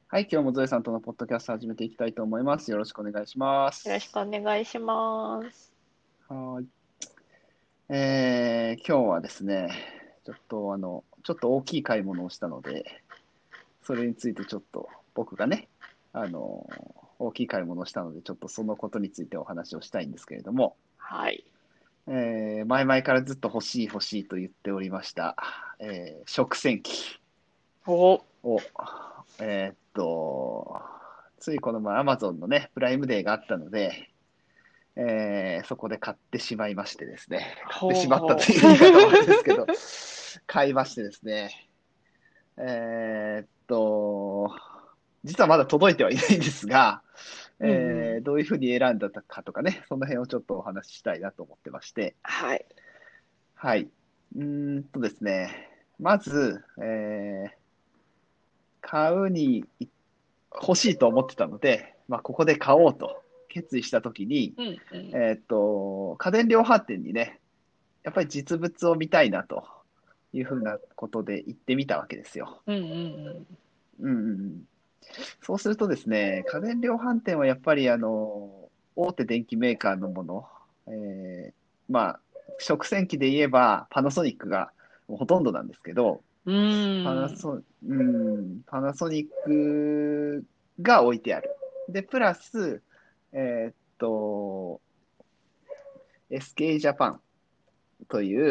はい、今日もゾエさんとのポッドキャスト始めていきたいと思います。よろしくお願いしまよろしくす。 お願いします。 はーい。今日はですね、ちょっと大きい買い物をしたので、それについてちょっと僕がね、大きい買い物をしたので、ちょっとそのことについてお話をしたいんですけれども、 はい。 前々からずっと欲しい欲しいと言っておりました、食洗機お、 を、えーっと、ついこの前 Amazon のね、プライムデーがあったので、そこで買ってしまいましてですね、買ってしまったとほう。 いう言い方もあれですけど、買いましてですね、えーっと、実はまだ届いてはいないんですが、 うんうん。 どういうふうに選んだかとかね、その辺をちょっとお話ししたいなと思ってまして、 はい。 はい。ですね、まず、買うに欲しいと思ってたので、まあ、ここで買おうと決意したときに、 うんうん。 家電量販店にね、やっぱり実物を見たいなというふうなことで行ってみたわけですよ。 うんうんうんうんうん。そうするとですね、家電量販店はやっぱり大手電機メーカーのもの、まあ、食洗機で言えばパナソニックがほとんどなんですけど、 うん。うーん。 パナソニックが置いてある。で、プラス、えーっと、SK ジャパンという、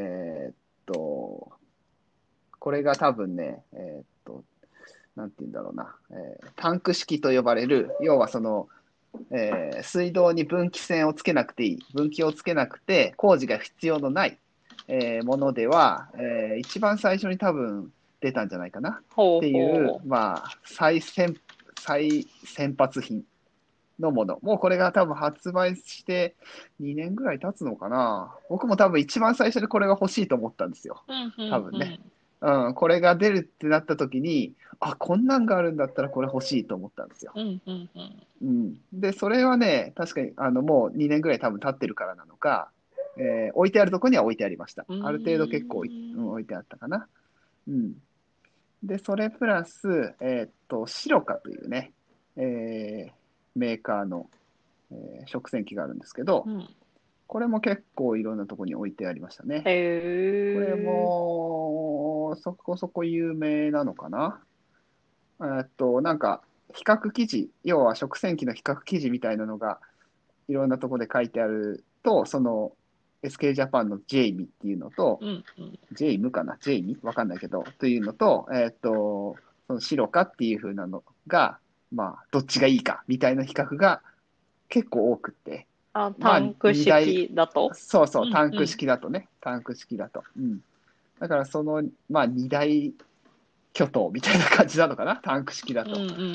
これが多分ね、なんて言うんだろうな、タンク式と呼ばれる、要は水道に分岐線をつけなくていい、分岐をつけなくて工事が必要のない、ものでは、一番最初に多分出たんじゃないかなっほうていう、 ほまあ、最先発品のもの。もうこれが多分発売して2年ぐらい経つのかな。僕も多分一番最初にこれが欲しいと思ったんですよ。 う。うんうん多分ね。 うん。 うん、これが出るってなった時に、あ、こんなんがあるんだったらこれ欲しいと思ったんですよ。 うんうんうん。 うん。で、それはね、確かにもう2年ぐらい多分経ってるからなのか、置いてあるとこには置いてありました。 うある程度結構ーん。 置いてあったかな。うん。で、それプラス、シロカというね、えーメーカーの、食洗機があるんですけど、 うん。 これも結構いろんなとこに置いてありましたね。 へこれえ。 もそこそこ有名なのかな。なんか、比較記事、要は食洗機の比較記事みたいなのがいろんなところで書いてあると、その SK ジャパンのジェイミっていうのと、 うんうん。 ジェイムかなジェイミわかんないけど、というのと、その白かっていう風なのが、まあ、どっちがいいかみたいな比較が結構多くって、 あ、 まあ、 タンク 2台、 式だと。 そうそう、 うんタンクうん。 式だとね、タンク式だと。うん。だからまあ、2大巨頭みたいな感じなのかな、タンク式だと。 うんうんうん。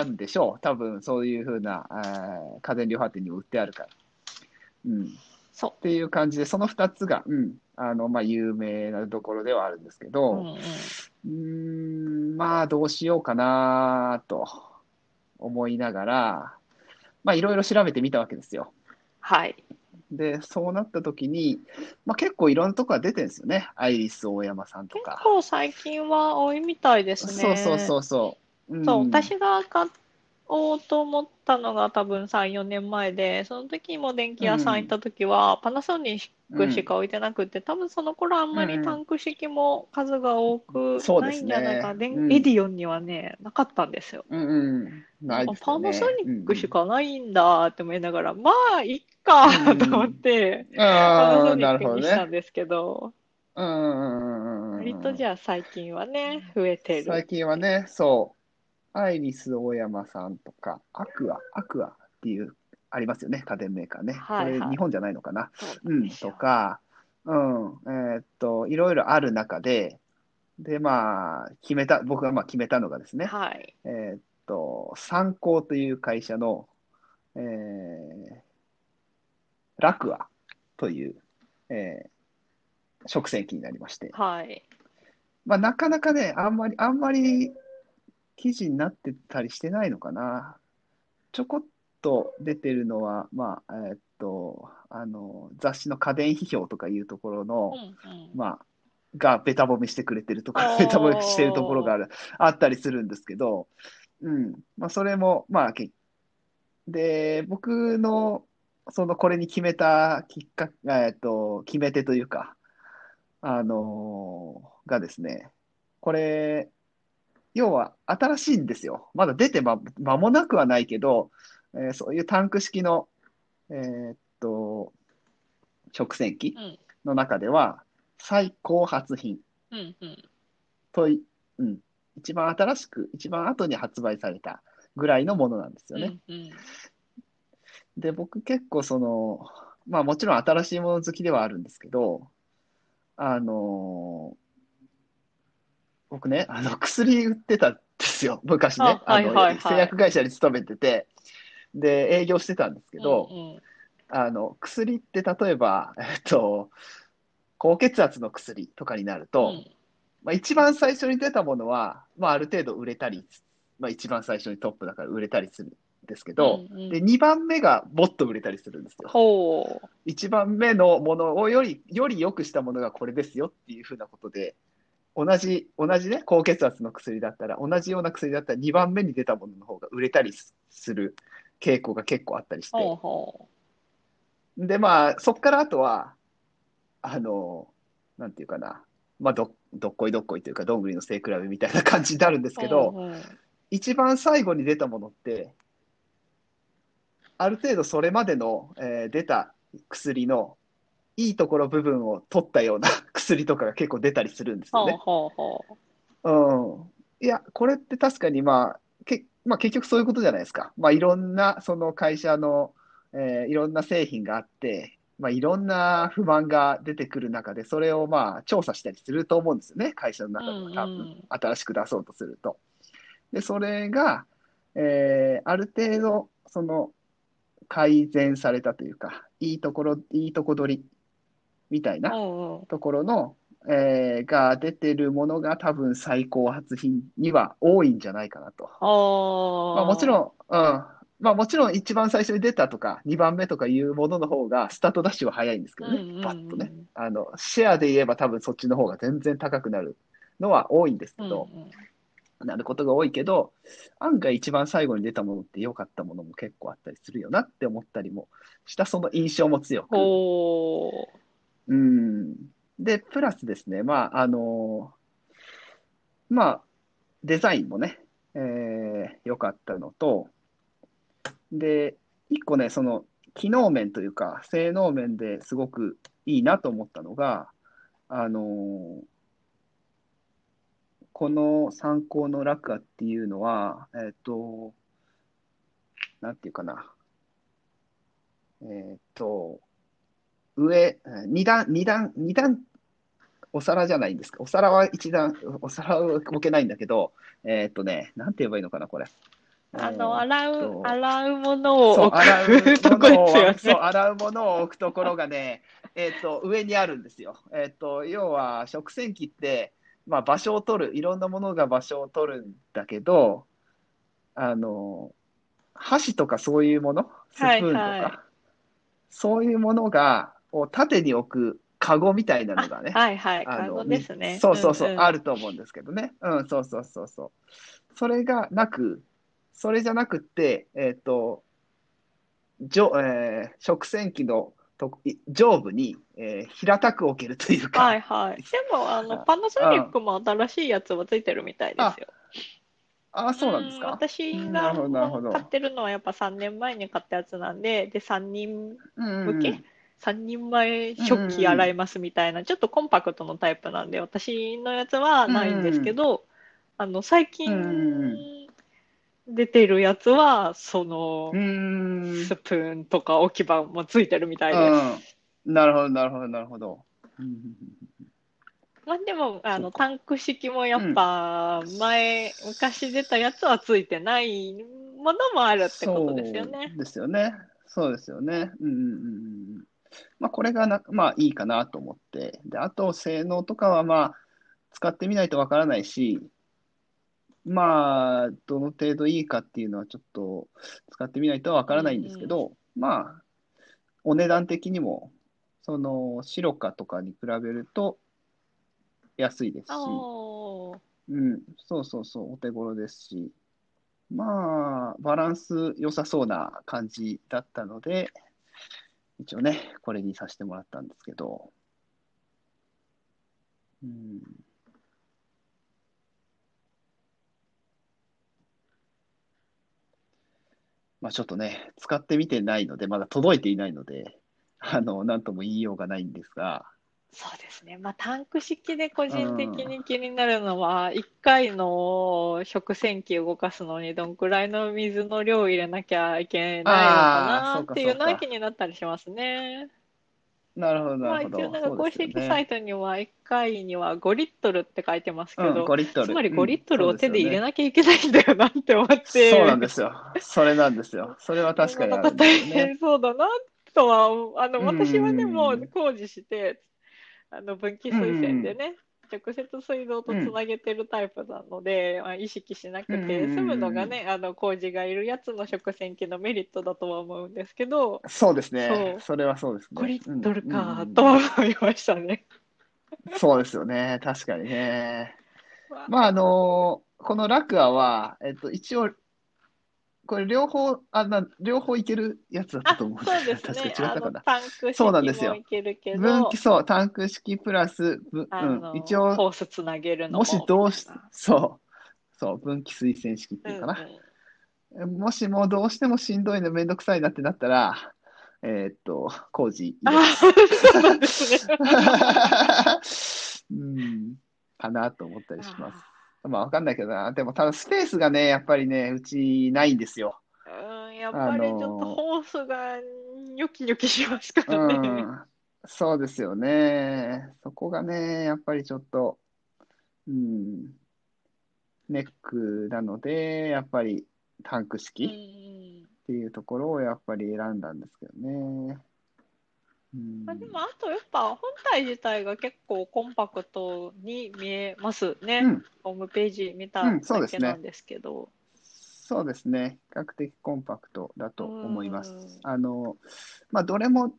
なんでしょう、多分そういう風な、家電量販店に売ってあるから。うん。っそていう感じで、その2つが、うん、まあ、有名なところではあるんですけう。うんど、 うん。 まあ、どうしようかなと思いながら、まあ、いろいろ調べてみたわけですよ。 はい。 で、そうなった時に、まあ、結構いろんなとこが出てるんですよね。アイリス大山さんと結か。 構最近は多いみたいですそうそうね。 そうそう。うそう、 ん。 私が買おうと思ったのが多分3、4年前で、その時にも電気屋さん行っうん。 た時はパナソニッうん。 クしか置いてなくて、多分その頃あんまりタうんうん。 ンク式も数が多くそうでないんじゃないかすね。 な。エデうん。 ィオンにはね、なかったんですよ。 うんうん。ないですよパナソね。 ニックしうんかないんだって思いながら、まあ、いっうん。 かと思っうんて、 うん。 パナソああ、なるニックにしたんほどね。 ですけど、 うんうんうん割うんうんうん。 とじゃあ最近はね、増えてる。 最近はね、そう、アイリス大山さんとか、アクアっていう、ありますよね、家電メーカーね。こはいはい。 れ日本じゃないのかな。 どうなんうん、とでしょう。 か、うん、いろいろある中で、で、まあ、僕がまあ決めたのがですね、 はい。 サンコーという会社の、えーラクアという、え食洗機になりまして、 はい。 まあ、なかなかね、あんまり記事になってたりしてないのかな。ちょこっと出てるのは、まあ、雑誌の家電批評とかいうところの、 うんうん。 まあ、がベタ褒めしてくれてるところ、ベタ褒めしてるところがおー。 あったりするんですけど、 うん。まあ、それも、まあ、で、僕の、これに決めたきっかけ、決め手というか、がですね、これ、要は新しいんですよ。まだ出て間もなくはないけど、そういうタンク式の、えーっと、食洗機うん、 の中では、最高発品うん、うん、 とい、うん、一番新しく、一番後に発売されたぐらいのものなんですよね。 うん、うん。 で、僕結構まあもちろん新しいもの好きではあるんですけど、あの、僕ね、薬売ってたんですよ、昔あ、 ね。 はいはい製はい。 薬会社に勤めてて、で、営業してたんですけうん、 ど、 うん。 薬って例えば、高血圧の薬とかになると、 うん。 まあ、一番最初に出たものは、まあ、ある程度売れたり、まあ、一番最初にトップだから売れたりするんですけうん、 ど、で、 うん。 2番目がもっと売れたりするんですよ。 ほう。 1番目のものをより良くしたものがこれですよっていうふうなことで、同じね、高血圧の薬だったら、同じような薬だったら2番目に出たものの方が売れたりする傾向が結構あったりしほうて、 ほで、まあ、そこからあとは、あの、なんていうかな、まあ、どっこいどっこいというか、どんぐりの背比べみたいな感じになるんですう。うけど、 ん、うん。 一番最後に出たものって、ある程度それまでの、出た薬のいいところ部分を取ったような薬とかが結構出たりするんですよほうね。 ほうほう。 うん。いや、これって確かにまあ結局そういうことじゃないですか。まあいろんなその会社の、いろんな製品があって、まあいろんな不満が出てくる中で、それをまあ調査したりすると思うんですよね。会社のうん、 中では多分、 うん。 新しく出そうとすると。で、それが、ある程度、改善されたというか、いいとこ取りみたいなうん、うん。 ところの、が出てるものが多分最高発品には多いんじゃないかなと。 あまあもちあ。 ろん、うん。まあもちろん一番最初に出たとか、2番目とかいうものの方がスタートダッシュは早いんですけうん、うどね。バッとね。 ん、 シェアで言えば多分そっちの方が全然高くなるのは多いんですうん。 けど、 うん、 なることが多いけど、案外一番最後に出たものって良かったものも結構あったりするよなって思ったりもしたその印象も強く。 ほう。 うん。で、プラスですね、まあ、デザインもね、良かったのと、で、一個ね、機能面というか、性能面ですごくいいなと思ったのが、あの、この参考のラクアっていうのは、なんていうかな、えっと、二段お皿じゃないんですか。お皿は一段、お皿は置けないんだけど、なんて言えばいいのかな、これ。えーっ洗うものをそう、 置くとこですよそう、 ね。 洗うものを置くところがね、上にあるんですよ。要は、食洗機って、まあ、場所を取る、いろんなものが場所を取るんだけど、あの、箸とかそういうもの、スはいプーンとはい。 か、そういうものを縦に置くカゴみたいなのあ、 がね、 はいはい。カゴですね。うん、 そうそうそう、 うん。 あると思うんですけどね。うん、そうそうそうそう。それがなく、それじゃなくって、食洗機の上部に、平たく置けるというか、 はいはい。でも、 あ、 パナソニッあ、 クも新しいやつはついてるみたいですあ、 よ。うそうなんですん、 か。うん、な私がるほど、なるほ買っど。 てるのはやっぱ3年前に買ったやつなんで、3人うん向けうん ?3 人前うん。 食器うんうん洗いますみたいな、ちょっとコンパクトのタイプなんで、私のやつはうん。 ないんですうんうんけど、最近うんうん。 出てるやつは、 うんうん。 スプーンとか置き場もついてるみたいでうん。 す。 なるほど、なるほど、なるほど。うんうんうん。 まあでも、 そうか。 タンク式もやっうん。 ぱ、昔出たやつはついてないものもあるってことですよそうね。 ですよね。そうですよね。うんうんうんうん。まあ、これがまあいいかなと思って。で、あと、性能とかはまあ、使ってみないとわからないし、まあ、どの程度いいかっていうのはちょっと使ってみないとわうんうからないんですけん。 ど、まあ、お値段的にも、シロカとかに比べると安いですあし、 あ、 うん、そうそうそう、お手頃ですし、 まあ、バランス良さそうな感じだったので、一応ね、これにさせてもらったんですけど、うん、まあちょっとね、使ってみてないので、まだ届いていないので、なんとも言いようがないんですが、 そうですね。まあ、タンク式で個う人的ん、 に気になるのは、1回の食洗機を動かすのにどんくらいの水の量を入れなきゃいけないのかああ、そうかなっていうのは気そうか。 になったりしますね。 なるほど、なまあ、 るほど。 一応なんかそうですよ公式サイね。 トには1回には5リットルって書いてますうん、 けど、 5リットル。 つまり5リうん、 ットルそうを手で入れですよね。 なきゃいけないんだよなって思っそうなんて、 ですよ。それなんですよ。それは確かにあるんでなかなか大すよね。 変そうだなとは、 う私はね、もうん、 工事して、分岐うん、 水うん、 栓でね、直接水道とつうん、 なげてるタイプなので、まあ、意識しなうん、 くうん、 て済むのがうん。 ね、工事がいるやつの食洗機のメリットだとは思うんですけど、 そうですね。 そう、 それはそうです 5 ね。 リッうん、 トルうん、うかとん。 は思いましたね。 そうですよね。確かにね。 わまあ、このラクアは、一応、これ両方いけるやつだったと思うんですよね。 そうです確ね。 か違ったかな。 タンクそうなん式ですよ。 もいけるけど、 そう、タンク式プラス、一応、 ホースつなげるのもしも、みどうし、 たいな。 そう、分岐水栓式ってうんういうかな。 ん。 もしもどうしてもしんどいのめんどくさいなってなったら、工事入れああ、 ます。 そうなんですね。 うん、かなと思ったりします。 あまあ、わかんないけどな。でも、ただスペースがね、やっぱりね、うちないんですよ。 やっあぱりちょっとの、 ホースがニョキニョキしますかうらね。 ん、そうですよね。そこがね、やっぱりちょっと、うん、ネックなので、やっぱりタンクう式ん。 っていうところをやっぱり選んだんですけどね。うまあ、でん、 も、あとやっぱ本体自体が結構コンパクトに見えますね。 うん、 ホームページ見うん、 ただそうですね。 けなんですけど。 そうですね。比較的コンパクトだうと思います。 ん。 まあ、どれも、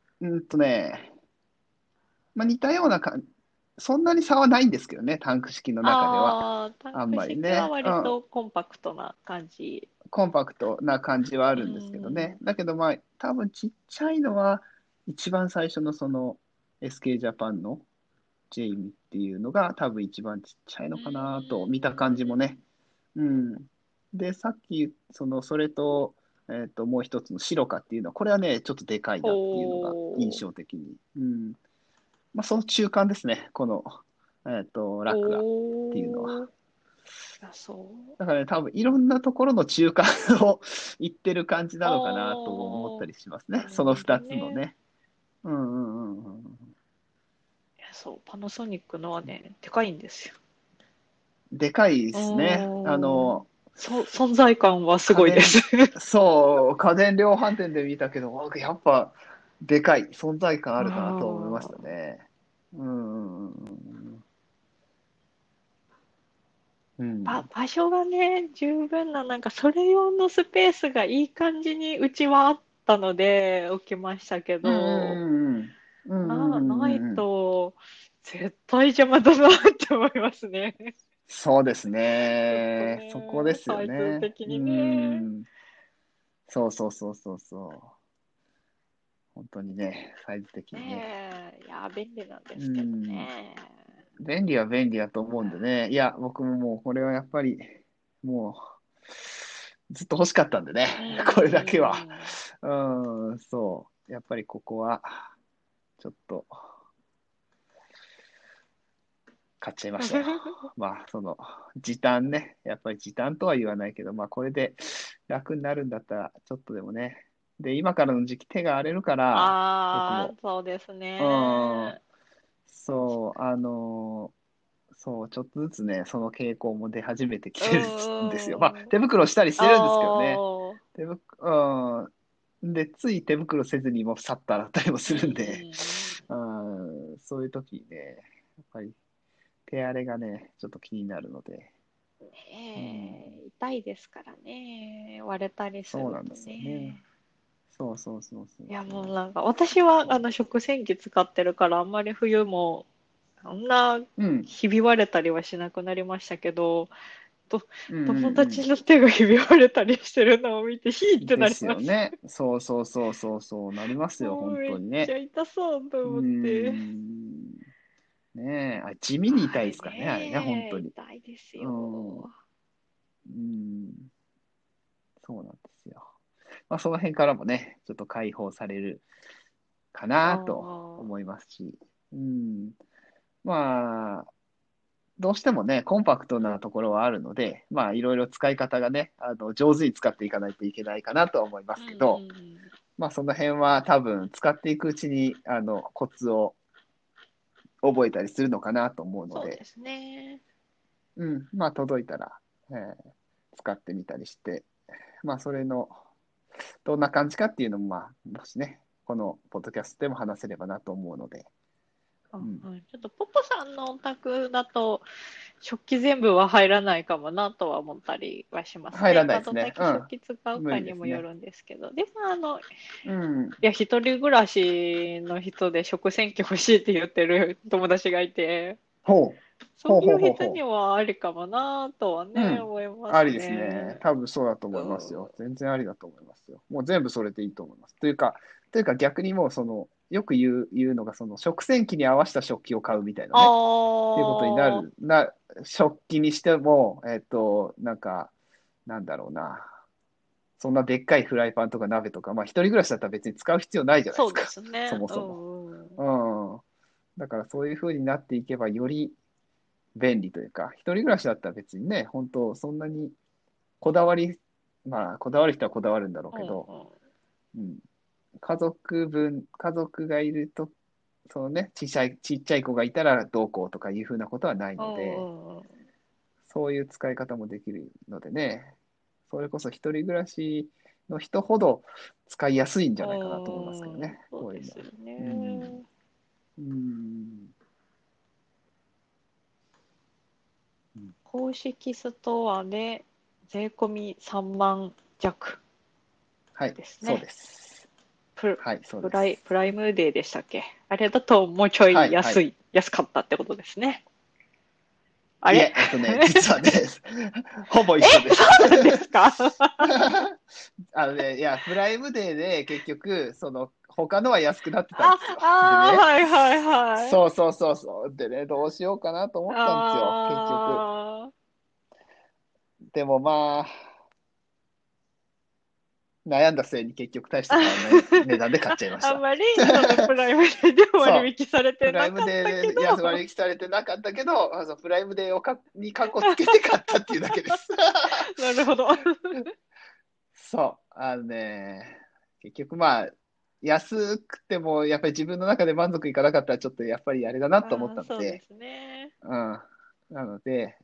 まあ、似たようなそんなに差はないんですけどね、タンク式の中では。 ああ、タンあんク式はまりね。うん、 割とコンパクトな感じ。 コンパクトな感じはあうるんですけどね。 ん。 だけどまあ、多分ちっちゃいのは、一番最初のその SK ジャパンのジェイミっていうのが多分一番ちっちゃいのかなと、見た感じもね。うん。で、さっき、それと、もう一つの白かっていうのは、これはね、ちょっとでかいなっていうのが印ほう。 象的に。うん。まあ、その中間ですね、この、ラクアっていうのは。 おー。いや、そう。 だからね、多分いろんなところの中間を言ってる感じなのかなと思ったおー。 りしますね。 なるほその二どね。 つのね。うんうんうんうん。 いや、そう、パナソニックのはね、でかいんですよ。 でかいですね。 おー。存在感はすごいです。 家電量販店で見たけど、やっぱでかい、存在感あるなと思いましたあね。うんうんうんうん。うん。 場所がね、十分な、なんかそれ用のスペースがいい感じにうちはあったので置きましたけうんうど、 んうんうん。うんうんうないんうん。 と絶対邪魔だなって思いますね。 そうですちょっとね。そこでね、 すよサイズね。う的にね。 ん。そうそうそうそうそう。本当にね、サイズ的にね。 ねえ、いや、便利なんでうすけどん。 ね。 便利は便利だと思うんでね。いや、僕ももうこれはやっぱり、もう、ずっと欲しかったんでね。 うこれだけは。 ん。 うん、そう。やっぱりここは、ちょっと、買っちゃいましたよ。まあ、時短ね。やっぱり時短とは言わないけど、まあ、これで楽になるんだったら、ちょっとでもね。で、今からの時期手が荒れるから、僕も。 ああ、そうですうん、 ね。 そう、そう、ちょっとずつね、その傾向も出始めてきうてるんですよ。まあ、 んうん。 手袋したりしてるんですけどね。 ああ。 で、つい手袋せずにもさっと洗ったりもすうんうんるんで、 うん。 そういう時にね、やっぱり手荒れがね、ちょっと気になるので、うん、 ねえ、痛いですからね。割れたりするとそうなんですよね。 ね。 そうそうそうそういや、 そう。 もうなんか、私は食洗機使ってるから、あんまり冬も、そんなうん、 ひび割れたりはしなくなりましたけど、 友達の手がひび割れたりしてるのを見て、ヒーってなですります。 よね。そうなりますよ、本もうめっ当にね。 ちゃ痛そうとう思って。 ん。ねえ、地味に痛いですからね、あれね、本当に。 痛いですうん。 よ。 そうなんですよ。まあ、その辺からもね、ちょっと解放されるかあなとあ、 思いますし、まあ、どうしてもね、コンパクトなところはあるので、まあ、いろいろ使い方がね、上手に使っていかないといけないかなとは思いまうんうすけど、 ん。 まあ、その辺は多分、使っていくうちに、コツを覚えたりするのかなと思うので、 そうですね。 まあ、届いたら、使ってみたりして、まあ、それの、どんな感じかっていうのも、まあ、もしね、このポッドキャストでも話せればなと思うので、 はい、ちょっとポポさんのお宅だと、食器全部は入らないかもなとは思ったりはします入らね。 ないですね。 どんだけ食器使う無か理ですね。 にもよるんですけど。でもうん。 いや、一人暮らしの人で食洗機欲しいって言ってる友達がいて、 ほう。ほうほうそういうほうほ人にはありかもなとはう。うね、 ん。 思いますありですね。 ね。 多分そうだとう思いますよ。 ん。 全然ありだと思いますよ。もう全部それでいいと思います。というか逆にもうよく言うのが、食洗機に合わせた食器を買うみたいなあね。っていうことにあ、 食器にしても、なんか、なんだろうな。そんなでっかいフライパンとか鍋とか、まあ一人暮らしだったら別に使う必要ないじゃないでそうですか。 すね。うそもそも。 んうん。 うん。だからそういう風になっていけばより便利というか、一人暮らしだったら別にね、本当そんなにこだわり、まあこだわる人はこだわるんだろううんけど、 うん。 うん、家族がいると、そのね、ちっちゃい子がいたらどうこうとかいう風なことはないうので、 んうんうん。 そういう使い方もできるのでね、それこそ一人暮らしの人ほど使いやすいんじゃないかなと思いますけどね、 そうこういうのは。 ですようん。 ね。 うん。うん、 公式ストアで税込み3万弱はい、そうですね。 です。はい、そうです。 プライムデーでしたっけ？あれだともうちょはい、はい。 安かったってことですね。あれ？ いえ、実はね、ほぼ一緒です。 そうなんですか？ いや、プライムデーで結局、他のは安くなってたんですよ。でね、 はいはいはい。 そう。でね、どうしようかなと思ったんですよ、結局。 ああ、 でもまあ、悩んだ末に結局大して変わらない値段で買っちゃいました。 あんまりプライムデーで割そう。 引されてプライムなかったけデーでど、 割引されてなかったけど、プライムデーにカッコつけて買ったっていうだけです。 なるほど。 そう。結局まあ、安くてもやっぱり自分の中で満足いかなかったらちょっとやっぱりあれだなと思っああ、 たので、 そうですね。 うん。なので、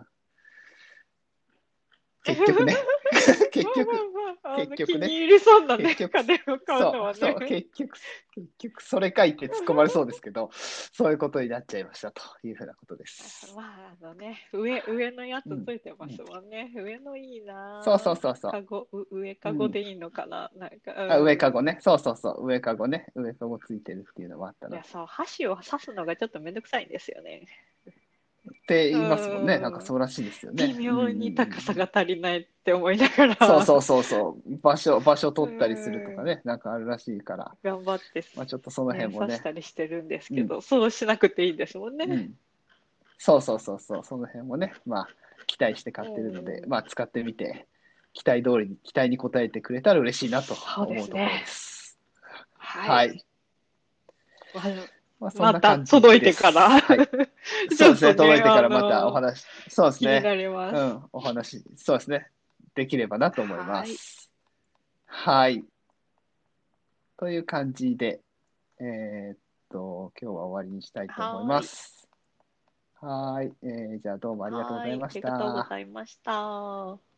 結局ね、結局、 気結局ね、 に入りそうなね、 結局、 家電を買うのはね。 結局、それかいって突っ込まれそうですけど、そういうことになっちゃいましたというふうなことです。 まあ、上のやつうん。 ついてまうん、 すもんね。上のいいそうそなうそうそ上う。 かごでいいのかななんか、 上かごね。そう。上かごね。上かごついてるっていうのもあったいや、 ので。 そう、箸を刺すのがちょっとめんどくさいんですよね。 ってう言いますもんね。なんかーん。 そうらしいですよ微ね。 妙に高さが足りないって思いながら、 そう。場所う取ったりするとかーん。 ね。なんかあるらしいから。 頑張ってまあちょっとその辺ね、 もね。 刺したりしてるんですうん。 けど、そうしなくていいんですもんね。 うん。その辺もね。まあ期待してう買ってるので、 ん。 まあ使ってみて、期待に応えてくれたら嬉しいなとそうで思うところすね。 です。 はい。 はい。 ままあそんまたな感じ届いです。 てからはい。 ちそうですね。届ょっとね、 いてからまたお話、そうですね。 気になります。 お話、そうですね。できればなと思いまはい。 す。はい。という感じで、えーっ今日は終わりにしたいと思いはい。 ます。はい。じゃあどうもありがとうごはい。あざいましりがとうごた。 ざいました。